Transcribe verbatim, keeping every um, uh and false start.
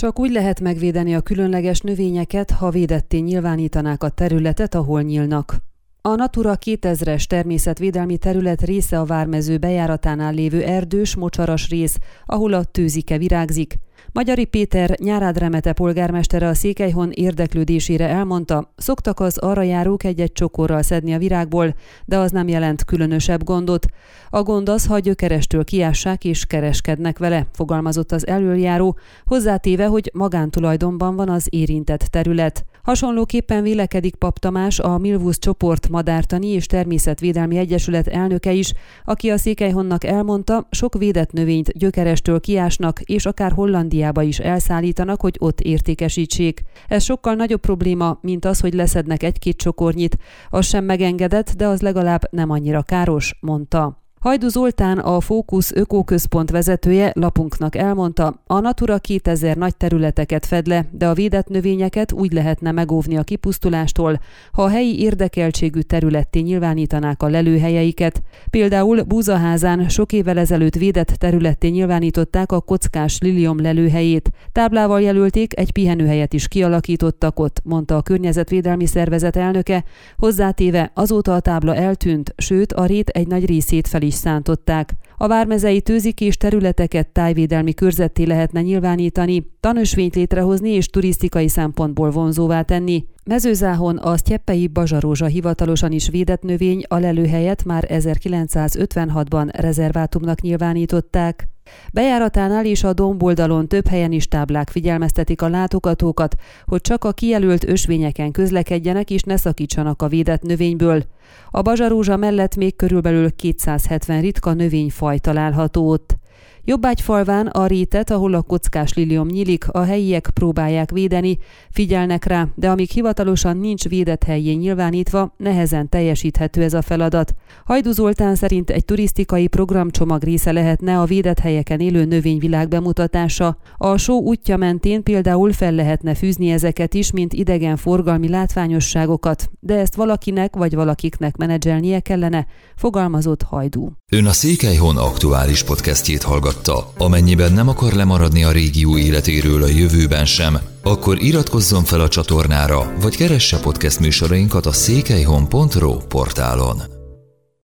Csak úgy lehet megvédeni a különleges növényeket, ha védetté nyilvánítanák a területet, ahol nyílnak. A Natura kétezres természetvédelmi terület része a Vármező bejáratánál lévő erdős, mocsaras rész, ahol a tőzike virágzik. Magyari Péter, Nyárád Remete polgármestere a Székelyhon érdeklődésére elmondta, szoktak az arra járók egy-egy csokorral szedni a virágból, de az nem jelent különösebb gondot. A gond az, ha gyökerestől kiássák és kereskednek vele, fogalmazott az elöljáró, hozzátéve, hogy magántulajdonban van az érintett terület. Hasonlóképpen vélekedik Pap Tamás, a Milvusz csoport madártani és természetvédelmi egyesület elnöke is, aki a Székelyhonnak elmondta, sok védett növényt gyökerestől kiásnak, és akár Hollandiába is elszállítanak, hogy ott értékesítsék. Ez sokkal nagyobb probléma, mint az, hogy leszednek egy-két csokornyit. Az sem megengedett, de az legalább nem annyira káros, mondta. Hajdú Zoltán, a Fókusz Ökoközpont vezetője lapunknak elmondta, a Natura kétezer nagy területeket fed le, de a védett növényeket úgy lehetne megóvni a kipusztulástól, ha a helyi érdekeltségű területté nyilvánítanák a lelőhelyeiket. Például Búzaházán sok évvel ezelőtt védett területté nyilvánították a kockás liliom lelőhelyét. Táblával jelölték, egy pihenőhelyet is kialakítottak ott, mondta a környezetvédelmi szervezet elnöke, hozzátéve azóta a tábla eltűnt, sőt a rét egy nagy részét fel is szántották. A vármezei tőzikés területeket tájvédelmi körzetté lehetne nyilvánítani, tanösvényt létrehozni és turisztikai szempontból vonzóvá tenni. Mezőzáhon a sztyeppei bazsarózsa hivatalosan is védett növény, a lelőhelyet már ezerkilencszázötvenhatban rezervátumnak nyilvánították. Bejáratánál és a domboldalon több helyen is táblák figyelmeztetik a látogatókat, hogy csak a kijelölt ösvényeken közlekedjenek és ne szakítsanak a védett növényből. A bazsarózsa mellett még körülbelül kétszázhetven ritka növényfaj található ott. Jobbágyfalván a rétet, ahol a kockás liliom nyílik, a helyiek próbálják védeni, figyelnek rá, de amíg hivatalosan nincs védett helyén nyilvánítva, nehezen teljesíthető ez a feladat. Hajdú Zoltán szerint egy turisztikai programcsomag része lehetne a védett helyeken élő növényvilág bemutatása. A show útja mentén például fel lehetne fűzni ezeket is, mint idegenforgalmi látványosságokat, de ezt valakinek vagy valakiknek menedzselnie kellene, fogalmazott Hajdú. Ön a Székelyhon aktuális podcastjét hallgatta. Amennyiben nem akar lemaradni a régió életéről a jövőben sem, akkor iratkozzon fel a csatornára, vagy keresse podcast műsorainkat a székelyhon pont ro portálon.